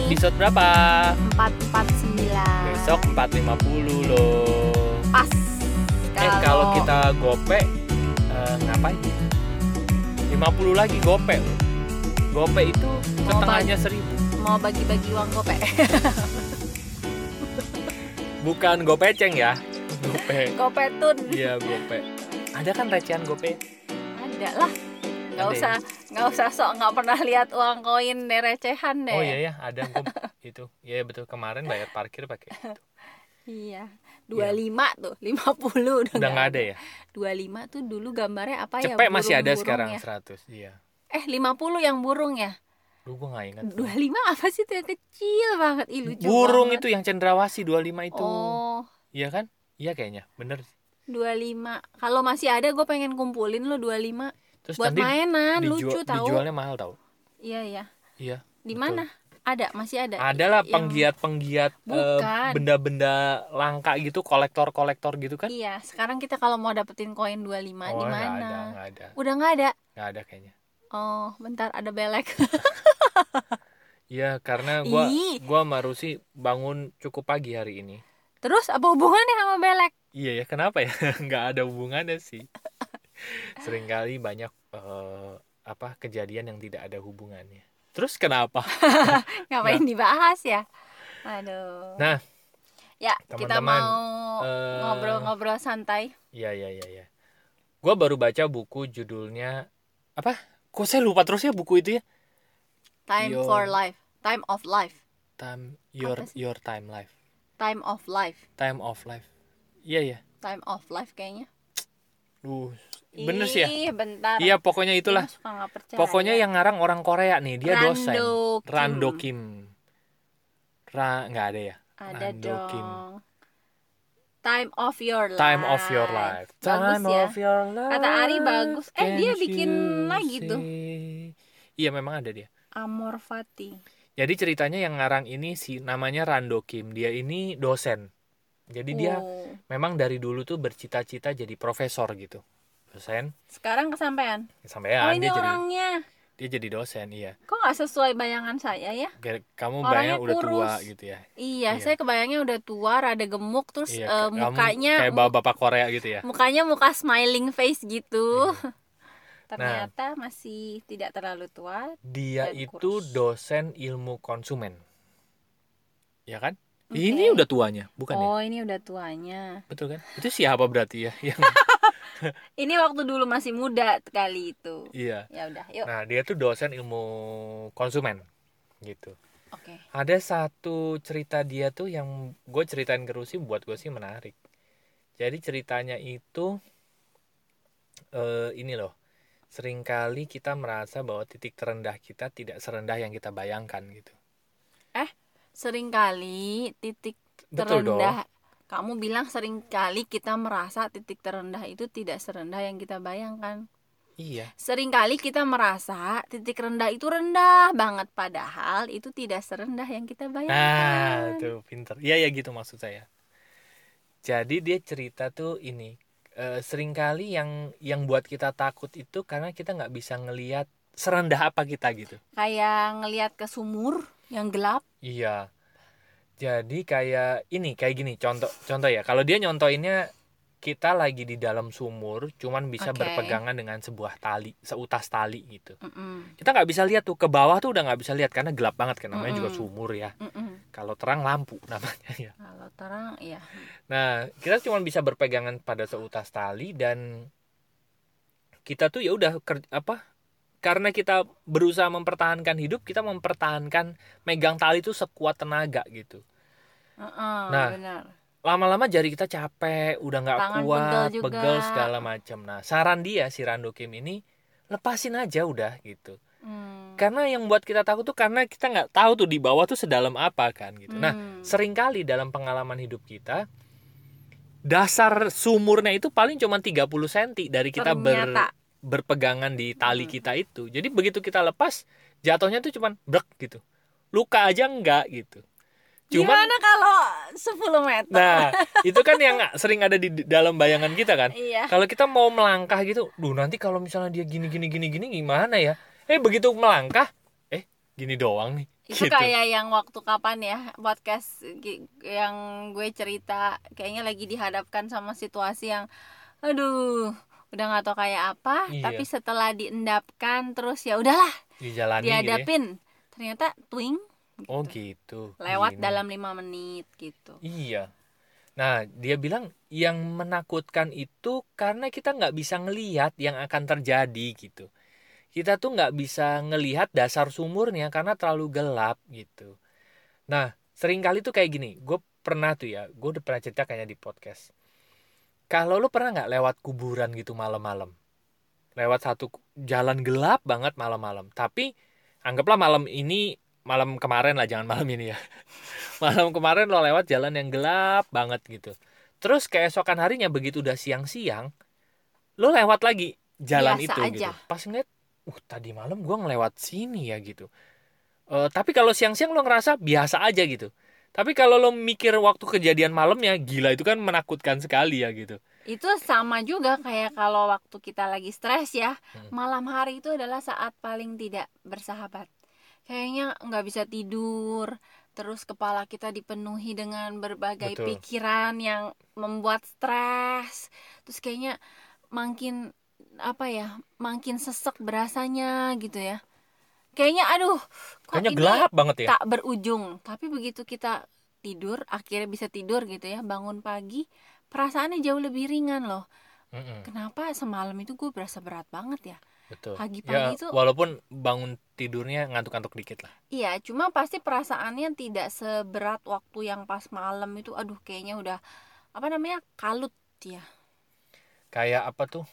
Episode berapa? 449. Besok 450 loh. Pas. Kalau kita gope ngapain ya? 50 lagi gope loh. Gope itu setengahnya 1.000. Mau bagi-bagi uang gope. Bukan gopeceng ya. Gope. Gope tun. Iya, gope. Ada kan recehan gope? Ada lah. Nggak usah sok nggak pernah lihat uang koin deh, recehan deh. Oh iya ya, ada itu. Iya betul, kemarin bayar parkir pakai itu. Iya. 25 tuh, 50 udah nggak ada ya? 25 tuh dulu gambarnya apa ya? Cepet masih ada sekarang ya? 100, iya. 50 yang burung ya? Gue nggak ingat. 25 apa sih tuh yang kecil banget? Lucu burung banget. Itu yang cendrawasih 25 itu. Oh. Iya kan? Iya kayaknya, bener. 25. Kalau masih ada gue pengen kumpulin lo 25. Terus buat mainan, lucu tahu. Dijualnya mahal tahu. Iya. Iya. Di mana? Ada, masih ada. Adalah penggiat benda-benda langka gitu, kolektor gitu kan? Iya, sekarang kita kalau mau dapetin koin 25 di mana? Nggak ada. Udah nggak ada? Nggak ada kayaknya. Oh, bentar ada belek. Iya, karena gua sama Rusi bangun cukup pagi hari ini. Terus apa hubungannya sama belek? Iya ya, kenapa ya? Nggak ada hubungannya sih. Seringkali banyak kejadian yang tidak ada hubungannya. Terus kenapa? Ngapain dibahas ya? Aduh. Nah, ya teman-teman, kita mau ngobrol-ngobrol santai. Iya. Gua baru baca buku judulnya apa? Kok saya lupa terus ya buku itu ya? Time of Life. Time your time life. Time of Life. Iya. Time of Life kayaknya. Bener sih ya. Bentar. Iya, pokoknya itulah. Pokoknya yang ngarang orang Korea nih, dia dosen. Rando Kim. Nggak ada ya? Ada Rando dong. Kim. Time of Your Life. Bagus ya? Kata Ari bagus. Dia bikin lagi tuh. Iya, memang ada dia. Amor Fati. Jadi ceritanya yang ngarang ini namanya Rando Kim. Dia ini dosen. Jadi dia memang dari dulu tuh bercita-cita jadi profesor gitu. Dosen. Sekarang kesampaian. Kesampaian. Ini orangnya. Dia jadi dosen, iya. Kok nggak sesuai bayangan saya ya? Kamu bayangnya udah tua gitu ya? Iya, saya kebayangnya udah tua, rada gemuk, terus mukanya kayak bapak Korea gitu ya? Mukanya muka smiling face gitu. Iya. Ternyata Nah, masih tidak terlalu tua. Dia itu dosen ilmu konsumen, ya kan? Okay. Ini udah tuanya, bukan ya? Oh, ini udah tuanya. Betul kan? Itu siapa berarti ya? Ini waktu dulu masih muda kali itu. Iya. Ya udah, yuk. Nah, dia tuh dosen ilmu konsumen, gitu. Oke. Ada satu cerita dia tuh yang gue ceritain ke Rusi, buat gue sih menarik. Jadi ceritanya itu ini loh. Seringkali kita merasa bahwa titik terendah kita tidak serendah yang kita bayangkan gitu. Seringkali titik terendah. Kamu bilang seringkali kita merasa titik terendah itu tidak serendah yang kita bayangkan. Iya. Seringkali kita merasa titik rendah itu rendah banget, padahal itu tidak serendah yang kita bayangkan. Nah, tuh pinter. Iya gitu maksud saya. Jadi dia cerita tuh ini. Seringkali yang buat kita takut itu karena kita nggak bisa ngelihat serendah apa kita gitu. Kayak ngelihat ke sumur yang gelap. Iya. Jadi kayak gini contoh ya. Kalau dia nyontoinnya kita lagi di dalam sumur, cuman bisa berpegangan dengan sebuah tali, seutas tali gitu. Kita nggak bisa lihat tuh ke bawah tuh, udah nggak bisa lihat karena gelap banget kan, namanya juga sumur ya. Kalau terang lampu namanya ya. Kalau terang iya. Nah, kita cuma bisa berpegangan pada seutas tali dan kita tuh ya udah karena kita berusaha mempertahankan hidup, kita mempertahankan megang tali itu sekuat tenaga gitu. Nah, benar. Lama-lama jari kita capek, udah nggak kuat, pegel segala macam. Nah, saran dia si Rando Kim ini, lepasin aja udah gitu. Karena yang buat kita takut tuh karena kita nggak tahu tuh di bawah tuh sedalam apa kan gitu. Nah, seringkali dalam pengalaman hidup kita, dasar sumurnya itu paling cuma 30 cm dari kita berpegangan di tali kita itu. Jadi begitu kita lepas, jatuhnya tuh cuman brek gitu. Luka aja enggak gitu. Gimana kalau 10 meter? Nah, itu kan yang sering ada di dalam bayangan kita kan. Iya. Kalau kita mau melangkah gitu, nanti kalau misalnya dia gini gimana ya? Begitu melangkah, gini doang nih. Itu gitu. kayak yang waktu kapan ya podcast yang gue cerita, kayaknya lagi dihadapkan sama situasi yang aduh udah nggak tahu kayak apa, tapi Iya, setelah diendapkan terus ya udahlah dijalani gitu ya. dihadapin, ternyata twing Oh gitu. gitu, Lewat gini. dalam 5 menit gitu. Iya. Nah, dia bilang yang menakutkan itu karena kita nggak bisa ngelihat yang akan terjadi gitu. Kita tuh nggak bisa ngelihat dasar sumurnya karena terlalu gelap gitu. Nah, sering kali tuh kayak gini. Gue pernah tuh ya, gue udah pernah cerita kayaknya di podcast. Kalau lo pernah nggak lewat kuburan gitu malam-malam? Lewat satu jalan gelap banget malam-malam. Tapi anggaplah malam ini, malam kemarin lah, jangan malam ini ya. Malam kemarin lo lewat jalan yang gelap banget gitu. Terus keesokan harinya begitu udah siang-siang, lo lewat lagi jalan Biasa itu aja. gitu. Pas ngeliat, tadi malam gue ngelewat sini ya gitu. Tapi kalau siang-siang lo ngerasa biasa aja gitu. Tapi kalau lo mikir waktu kejadian malamnya, gila itu kan menakutkan sekali ya gitu. Itu sama juga kayak kalau waktu kita lagi stres ya, Hmm. malam hari itu adalah saat paling tidak bersahabat. Kayaknya nggak bisa tidur, terus kepala kita dipenuhi dengan berbagai Betul. pikiran yang membuat stres. Terus kayaknya makin apa ya, makin sesek berasanya gitu ya. Kayaknya aduh, kok Kayaknya ini gelap banget ya. tak berujung. Tapi begitu kita tidur, akhirnya bisa tidur gitu ya, bangun pagi, perasaannya jauh lebih ringan loh. Mm-mm. Kenapa semalam itu gue berasa berat banget ya? Betul. Pagi-pagi Ya itu walaupun bangun tidurnya ngantuk-ngantuk dikit lah. iya, cuma pasti perasaannya tidak seberat waktu yang pas malam itu. Aduh, kayaknya udah apa namanya, kalut ya. Kayak apa tuh?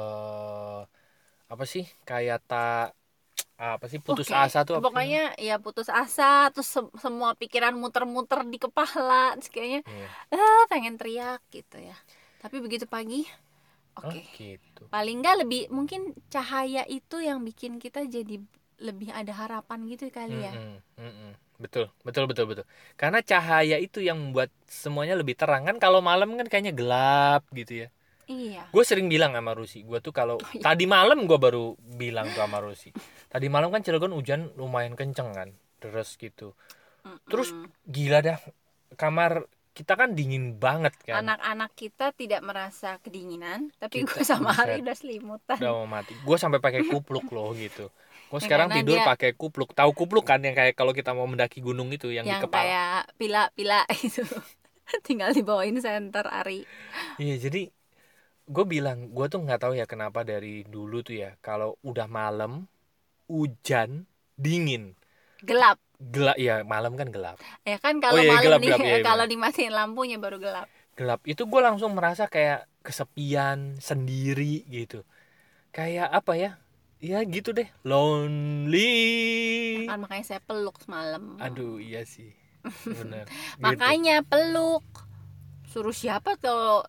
Apa sih? Kayak tak apa sih, putus Oke, asa tuh apa sih? pokoknya ya putus asa, terus semua pikiran muter-muter di kepala, terus kayaknya Iya. pengen teriak gitu ya. Tapi begitu pagi, Oh oke. gitu. Paling nggak lebih mungkin cahaya itu yang bikin kita jadi lebih ada harapan gitu kali ya. Mm-mm, mm-mm. Betul, betul, betul, betul. Karena cahaya itu yang membuat semuanya lebih terang kan. Kalau malam kan kayaknya gelap gitu ya. Iya. Gue sering bilang sama Rusi, gue tuh kalau Oh, iya. tadi malam gue baru bilang tuh sama Rusi. Tadi malam kan Cilegon hujan lumayan kenceng kan, terus gitu. Terus Mm-mm. gila dah, kamar kita kan dingin banget kan. Anak-anak kita tidak merasa kedinginan, tapi gue Kita sama Ari buset, udah selimutan. udah mau mati. Gue sampai pakai kupluk loh gitu. Gue Ya, sekarang karena tidur dia pakai kupluk. Tahu kupluk kan yang kayak kalau kita mau mendaki gunung itu yang di yang kepala. kayak pila-pila itu. Tinggal dibawain senter Ari. Iya, jadi gue bilang, gue tuh nggak tahu ya kenapa dari dulu tuh ya, kalau udah malam, hujan, dingin, Gelap. gelap ya, malam kan gelap. Ya kan Oh kalau iya, malam nih gelap, iya, kalau benar. dimatiin lampunya baru gelap. Gelap itu gue langsung merasa kayak kesepian, sendiri gitu. Kayak apa ya? Ya gitu deh, lonely. Ya kan makanya saya peluk semalam. Aduh, iya sih, bener gitu. Makanya peluk. Suruh siapa kalau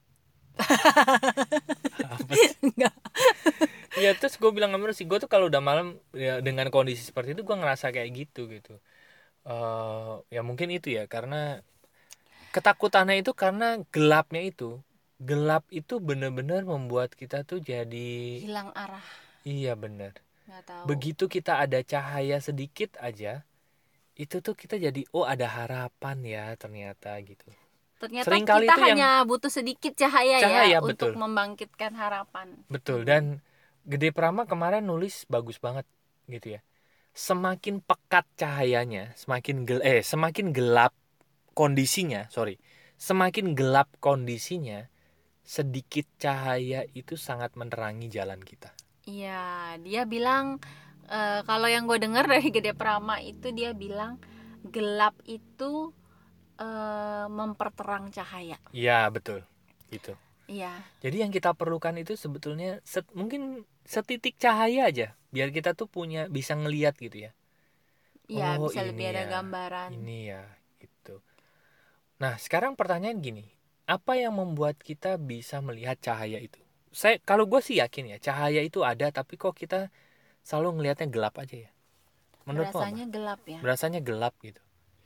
Apa sih? enggak. Ya terus gue bilang sama sih, gue tuh kalau udah malam ya dengan kondisi seperti itu gue ngerasa kayak gitu gitu. Ya mungkin itu ya karena ketakutannya itu karena gelapnya itu. Gelap itu bener-bener membuat kita tuh jadi, Hilang arah. iya bener. Nggak tahu. Begitu kita ada cahaya sedikit aja, itu tuh kita jadi oh ada harapan ya ternyata gitu. Ternyata Seringkali kita itu yang hanya butuh sedikit cahaya ya untuk betul. membangkitkan harapan. Betul, dan Gede Prama kemarin nulis bagus banget gitu ya. Semakin pekat cahayanya, semakin gelap kondisinya, sorry. Semakin gelap kondisinya, sedikit cahaya itu sangat menerangi jalan kita. Iya, dia bilang kalau yang gue dengar dari Gede Prama itu dia bilang gelap itu memperterang cahaya. Iya, betul. Gitu. Iya. Jadi yang kita perlukan itu sebetulnya mungkin setitik cahaya aja, biar kita tuh bisa ngelihat gitu ya. Iya, Oh, bisa lebih ini ada ya. gambaran. Ini ya, gitu. Nah, sekarang pertanyaan gini, apa yang membuat kita bisa melihat cahaya itu? Kalau gue sih yakin ya, cahaya itu ada, tapi kok kita selalu ngelihatnya gelap aja ya? Menurut lo apa? Berasanya gelap ya. Berasanya gelap gitu.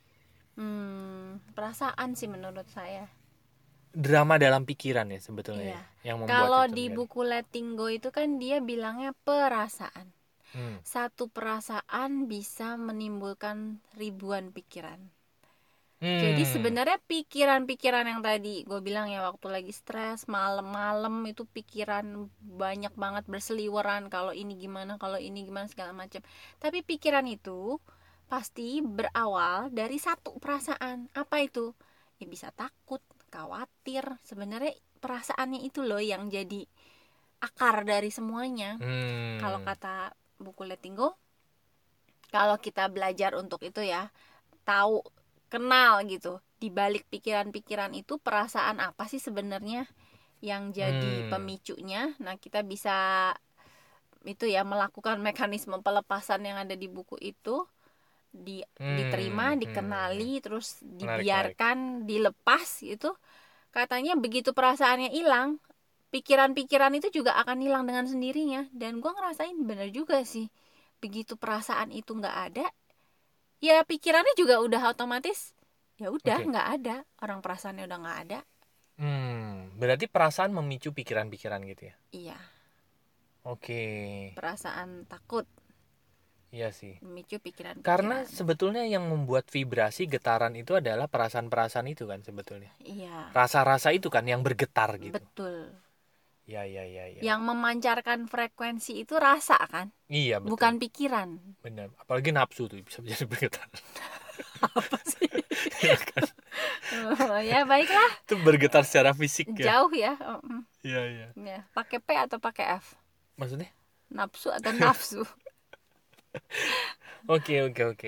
Perasaan sih menurut saya. Drama dalam pikiran ya sebetulnya Iya. ya, yang membuat Kalau itu di terjadi. buku Letting Go itu kan dia bilangnya perasaan. Satu perasaan bisa menimbulkan ribuan pikiran. Jadi sebenarnya pikiran-pikiran yang tadi gue bilang ya, waktu lagi stres malam-malam itu pikiran banyak banget berseliweran, kalau ini gimana segala macam. Tapi pikiran itu pasti berawal dari satu perasaan. Apa itu? Ya bisa takut, khawatir. Sebenarnya perasaannya itu loh yang jadi akar dari semuanya. Kalau kata buku Letting Go, kalau kita belajar untuk itu ya, tahu, kenal gitu, di balik pikiran-pikiran itu perasaan apa sih sebenarnya yang jadi pemicunya. Nah, kita bisa itu ya, melakukan mekanisme pelepasan yang ada di buku itu, diterima, dikenali, terus dibiarkan, dilepas gitu. Katanya begitu perasaannya hilang, pikiran-pikiran itu juga akan hilang dengan sendirinya. Dan gue ngerasain bener juga sih, begitu perasaan itu nggak ada, ya pikirannya juga udah otomatis ya udah nggak ada, orang perasaannya udah nggak ada. Berarti perasaan memicu pikiran-pikiran gitu ya? Iya. Oke. Perasaan takut. Iya sih. Memicu pikiran-pikiran. Karena sebetulnya yang membuat vibrasi getaran itu adalah perasaan-perasaan itu kan sebetulnya. Iya. Rasa-rasa itu kan yang bergetar gitu. Betul. Ya. Yang memancarkan frekuensi itu rasa kan? Iya, betul. Bukan pikiran. Benar. Apalagi nafsu tuh bisa jadi bergetar. Apa sih? Ya kan? Ya baiklah. Itu bergetar secara fisik ya. Jauh ya. Iya. Ya, pakai P atau pakai F? Maksudnya? Nafsu atau nafsu? Oke.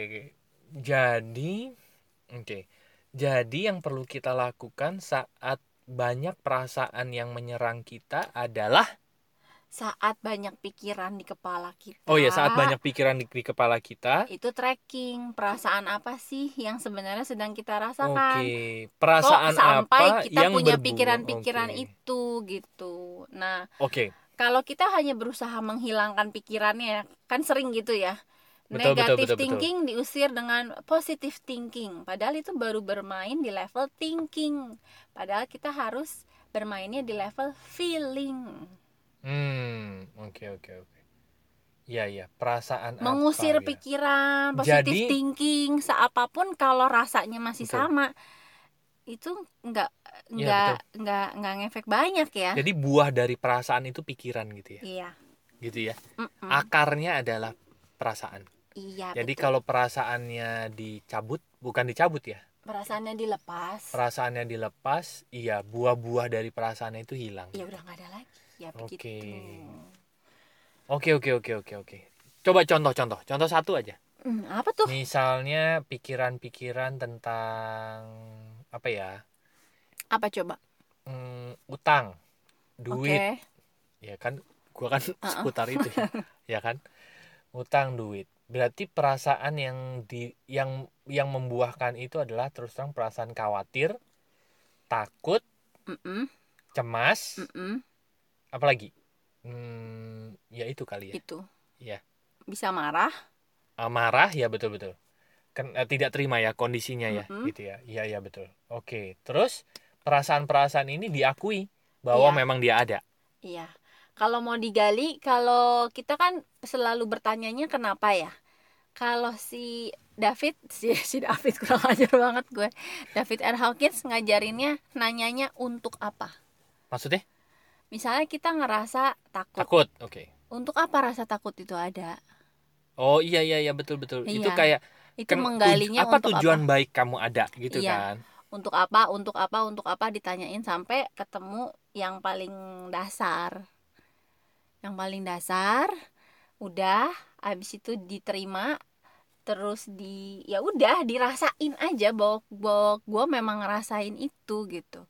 Jadi yang perlu kita lakukan saat banyak perasaan yang menyerang kita adalah saat banyak pikiran di kepala kita. Oh ya, saat banyak pikiran di kepala kita. Itu tracking perasaan apa sih yang sebenarnya sedang kita rasakan. Oke. Perasaan kok sampai apa kita yang punya berbuah? pikiran-pikiran itu gitu. Nah, kalau kita hanya berusaha menghilangkan pikirannya, kan sering gitu ya. Negative thinking diusir dengan positive thinking. Padahal itu baru bermain di level thinking. Padahal kita harus bermainnya di level feeling. Oke. Iya, perasaan mengusir apa, pikiran, positive thinking, seapapun kalau rasanya masih sama, itu nggak ngefek banyak ya. Jadi buah dari perasaan itu pikiran gitu ya. Iya. Gitu ya. Akarnya adalah perasaan. Iya. Jadi betul. Kalau perasaannya dicabut, bukan dicabut ya. Perasaannya dilepas, iya, buah-buah dari perasaannya itu hilang. Ya udah nggak ada lagi. Ya begitu. Oke. Coba contoh satu aja. Apa tuh? Misalnya pikiran-pikiran tentang apa ya? Apa coba? Utang, duit. Ya kan, gua kan seputar itu ya. Ya kan? Utang, duit. Berarti perasaan yang membuahkan itu adalah terus terang perasaan khawatir, takut, cemas, apalagi? Ya itu kali ya. Itu. Ya. Bisa marah. Marah ya, betul. Kan tidak terima ya kondisinya ya, gitu ya. Iya betul. Oke. Terus perasaan-perasaan ini diakui bahwa memang dia ada. Iya. Kalau mau digali, kalau kita kan selalu bertanyanya kenapa ya. Kalau si David kurang ajar banget gue. David R. Hawkins ngajarinnya nanyanya untuk apa. Maksudnya? Misalnya kita ngerasa takut. Takut, oke. Untuk apa rasa takut itu ada? Oh iya betul. Iya. Itu kayak itu menggalinya apa untuk tujuan apa? baik kamu ada gitu kan. Untuk apa ditanyain sampai ketemu yang paling dasar. Yang paling dasar udah, abis itu diterima, terus ya udah dirasain aja bahwa gue memang ngerasain itu gitu.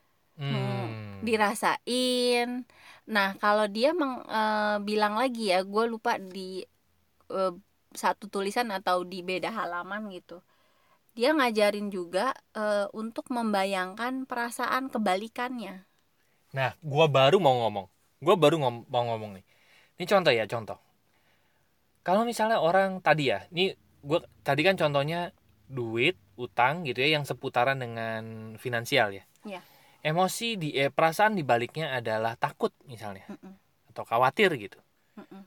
Dirasain. Nah kalau dia bilang lagi ya, gue lupa di satu tulisan atau di beda halaman gitu, dia ngajarin juga untuk membayangkan perasaan kebalikannya. Nah gue baru mau ngomong nih. Ini contoh. Kalau misalnya orang tadi ya, ini gue tadi kan contohnya duit, utang gitu ya, yang seputaran dengan finansial ya. Iya. Emosi perasaan dibaliknya adalah takut misalnya, atau khawatir gitu.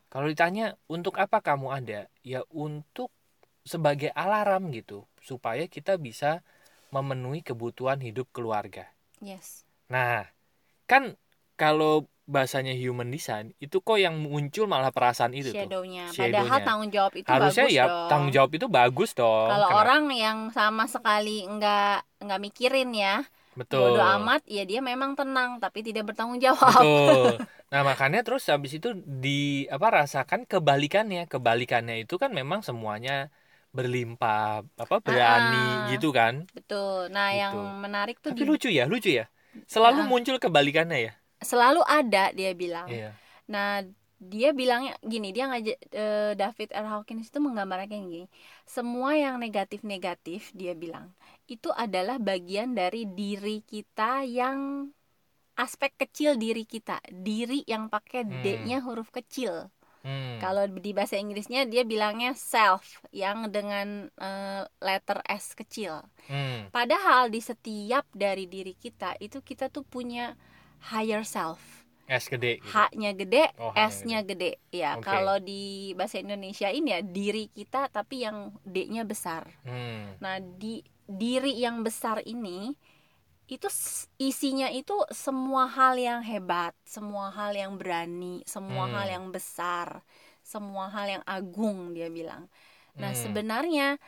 Kalau ditanya untuk apa kamu ada, ya untuk sebagai alarm gitu, supaya kita bisa memenuhi kebutuhan hidup keluarga. Yes. Nah, kan kalau bahasanya human design itu kok yang muncul malah perasaan itu Shadownya. tuh. Padahal tanggung jawab itu harusnya bagus ya dong. tanggung jawab itu bagus dong. Kalau orang yang sama sekali nggak mikirin ya, betul, bodo amat, ya dia memang tenang tapi tidak bertanggung jawab. Betul. Nah makanya terus habis itu rasakan kebalikannya. Kebalikannya itu kan memang semuanya berlimpah, berani gitu kan. Betul. Nah gitu. yang menarik tuh tapi lucu ya. Selalu muncul kebalikannya ya. Selalu ada, dia bilang. Iya. Nah dia bilangnya gini, dia David R. Hawkins itu menggambarkan kayak gini, semua yang negatif dia bilang itu adalah bagian dari diri kita, yang aspek kecil diri kita, diri yang pakai D-nya huruf kecil. Kalau di bahasa Inggrisnya dia bilangnya self, yang dengan letter S kecil. Padahal di setiap dari diri kita itu kita tuh punya higher self. S gede gitu. H-nya gede, S-nya gede. Ya, okay. Kalau di bahasa Indonesia ini ya diri kita tapi yang D-nya besar. Nah, di diri yang besar ini itu isinya itu semua hal yang hebat, semua hal yang berani, semua hal yang besar, semua hal yang agung, dia bilang. Nah, sebenarnya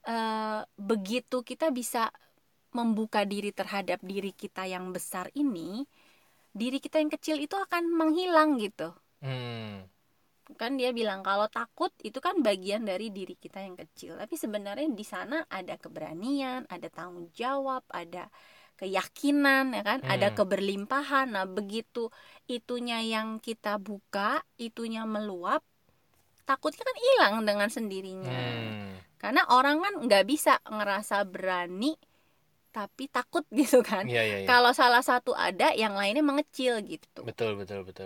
begitu kita bisa membuka diri terhadap diri kita yang besar ini, diri kita yang kecil itu akan menghilang gitu. Kan dia bilang kalau takut itu kan bagian dari diri kita yang kecil, tapi sebenarnya di sana ada keberanian, ada tanggung jawab, ada keyakinan, ya kan, ada keberlimpahan. Nah begitu itunya yang kita buka, itunya meluap, takutnya kan hilang dengan sendirinya. Karena orang kan nggak bisa ngerasa berani tapi takut gitu kan. Iya. Kalau salah satu ada, yang lainnya mengecil gitu. Betul.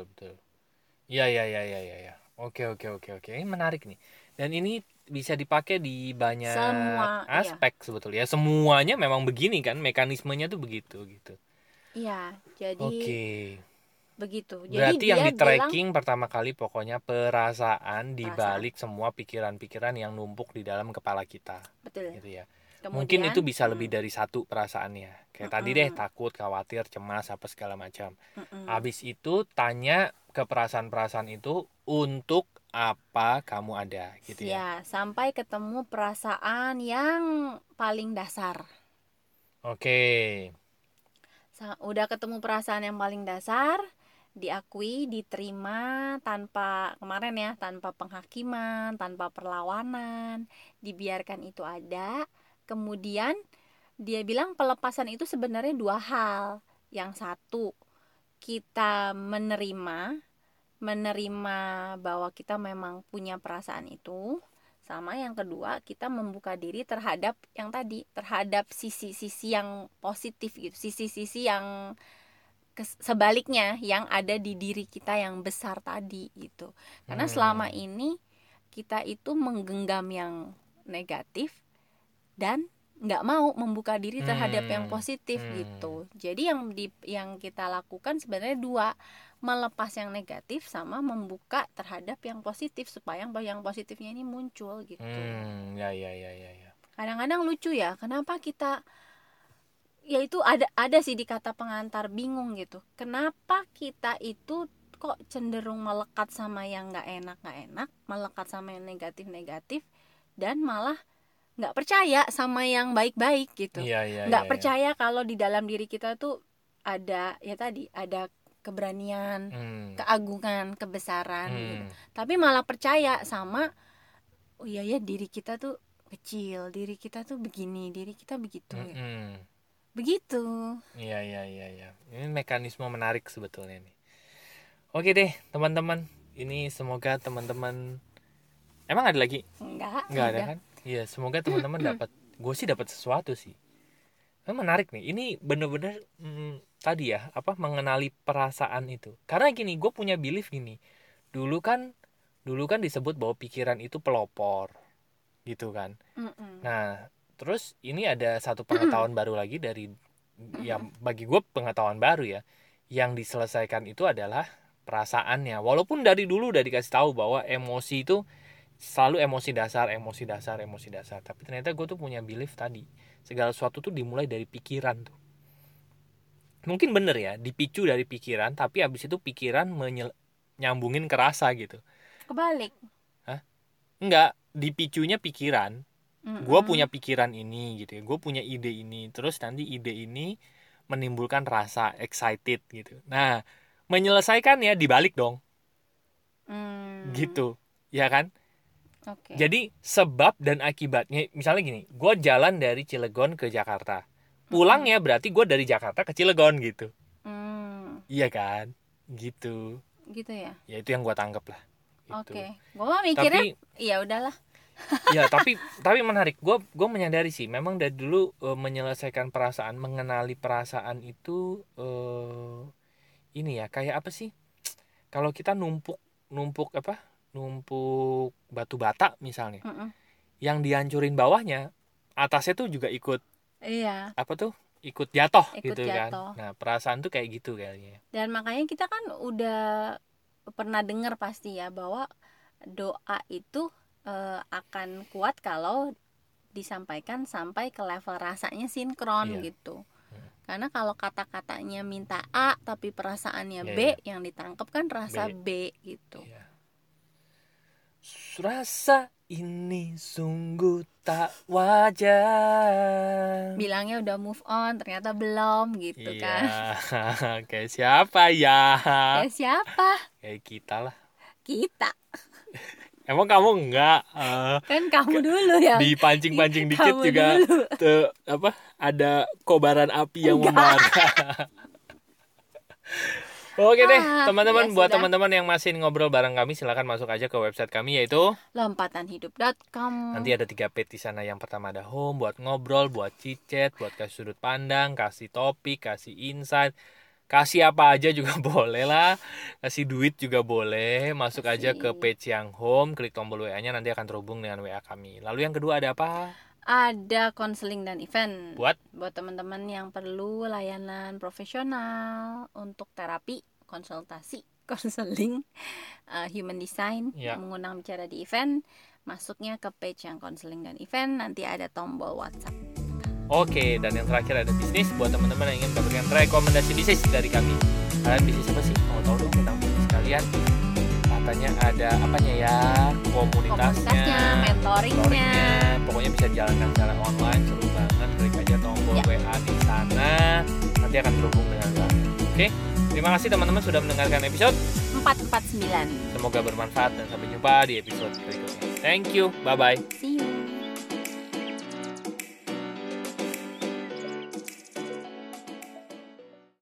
Iya. Oke. Ini menarik nih. Dan ini bisa dipakai di banyak aspek sebetulnya. Semuanya memang begini kan, mekanismenya tuh begitu gitu. Iya, jadi begitu. Berarti jadi yang di tracking pertama kali pokoknya perasaan di balik semua pikiran-pikiran yang numpuk di dalam kepala kita. Betul. Gitu ya. Kemudian, mungkin itu bisa lebih dari satu perasaannya. Kayak tadi deh, takut, khawatir, cemas, apa segala macam. Habis itu tanya ke perasaan-perasaan itu untuk apa kamu ada gitu ya. Ya, sampai ketemu perasaan yang paling dasar. Oke. Udah ketemu perasaan yang paling dasar, diakui, diterima tanpa tanpa penghakiman, tanpa perlawanan, dibiarkan itu ada. Kemudian dia bilang pelepasan itu sebenarnya dua hal. Yang satu, kita menerima bahwa kita memang punya perasaan itu. Sama yang kedua, kita membuka diri terhadap yang tadi, terhadap sisi-sisi yang positif gitu, sisi-sisi yang sebaliknya yang ada di diri kita yang besar tadi gitu. Karena selama ini kita itu menggenggam yang negatif dan nggak mau membuka diri terhadap yang positif gitu. Jadi yang kita lakukan sebenarnya dua, melepas yang negatif sama membuka terhadap yang positif supaya yang positifnya ini muncul gitu. Ya. Kadang-kadang lucu ya, kenapa kita ya itu ada sih di kata pengantar, bingung gitu. Kenapa kita itu kok cenderung melekat sama yang nggak enak, melekat sama yang negatif dan malah nggak percaya sama yang baik-baik gitu. Nggak percaya kalau di dalam diri kita tuh ada ya tadi, ada keberanian, keagungan, kebesaran gitu. Tapi malah percaya sama oh iya ya, diri kita tuh kecil, diri kita tuh begini, diri kita begitu ya. Begitu. Iya. Ini mekanisme menarik sebetulnya nih. Oke deh teman-teman, ini semoga teman-teman, emang ada lagi? Enggak ada kan? Iya, semoga teman-teman dapat sesuatu sih. Menarik nih. Ini bener-bener tadi ya, mengenali perasaan itu. Karena gini, gue punya belief gini. Dulu kan disebut bahwa pikiran itu pelopor. Gitu kan. Nah, terus ini ada satu pengetahuan baru lagi dari yang bagi gue pengetahuan baru ya. Yang diselesaikan itu adalah perasaannya. Walaupun dari dulu udah dikasih tahu bahwa emosi itu selalu emosi dasar. Tapi ternyata gue tuh punya belief tadi, segala sesuatu tuh dimulai dari pikiran tuh. Mungkin bener ya, dipicu dari pikiran, tapi abis itu pikiran nyambungin ke rasa gitu. Kebalik. Hah? Enggak, dipicunya pikiran. Gue punya pikiran ini gitu ya, gue punya ide ini, terus nanti ide ini menimbulkan rasa excited gitu. Nah, menyelesaikan ya dibalik dong. Gitu, ya kan? Okay. Jadi sebab dan akibatnya, misalnya gini, gue jalan dari Cilegon ke Jakarta, pulang ya berarti gue dari Jakarta ke Cilegon gitu. Iya kan, gitu. Gitu ya. Ya itu yang gue tanggap lah. Gitu. Oke, gue mah mikirnya ya udahlah. Ya tapi menarik, gue menyadari sih, memang dari dulu menyelesaikan perasaan, mengenali perasaan itu ini ya, kayak apa sih, kalau kita numpuk batu bata misalnya, yang dihancurin bawahnya, atasnya tuh juga ikut ikut jatuh gitu kan. Nah perasaan tuh kayak gitu kayaknya. Dan makanya kita kan udah pernah dengar pasti ya, bahwa doa itu akan kuat kalau disampaikan sampai ke level rasanya sinkron gitu. Karena kalau kata-katanya minta A tapi perasaannya B, yang ditangkap kan rasa B gitu. Rasa ini sungguh tak wajar. Bilangnya udah move on, ternyata belum gitu kan. Kayak siapa ya? Kayak siapa? Kayak kita lah. Kita. Emang kamu enggak? Kan kamu dulu ya. Dipancing-pancing dikit juga tuh, ada kobaran api yang membakar. Oke deh, teman-teman, buat teman-teman yang masih ngobrol bareng kami, silakan masuk aja ke website kami, yaitu lompatanhidup.com. Nanti ada 3 page di sana. Yang pertama ada home buat ngobrol, buat chit-chat, buat kasih sudut pandang, kasih topik, kasih insight, kasih apa aja juga boleh lah, kasih duit juga boleh. Masuk aja ke page yang home, klik tombol WA-nya, nanti akan terhubung dengan WA kami. Lalu yang kedua ada apa? Ada konseling dan event buat teman-teman yang perlu layanan profesional untuk terapi, konsultasi, konseling, human design, mengundang bicara di event. Masuknya ke page yang konseling dan event, nanti ada tombol WhatsApp. Oke, dan yang terakhir ada bisnis, buat teman-teman yang ingin mendapatkan rekomendasi bisnis dari kami. Kalian bisnis apa sih? Mau tahu dong tentang bisnis kalian? Katanya ada apanya ya? Komunitasnya, mentoringnya. Pokoknya bisa dijalankan secara online, seru banget. Klik aja tombol WA di sana, nanti akan terhubung dengan kalian. Oke, terima kasih teman-teman sudah mendengarkan episode 449. Semoga bermanfaat dan sampai jumpa di episode berikutnya. Thank you, bye-bye. See you.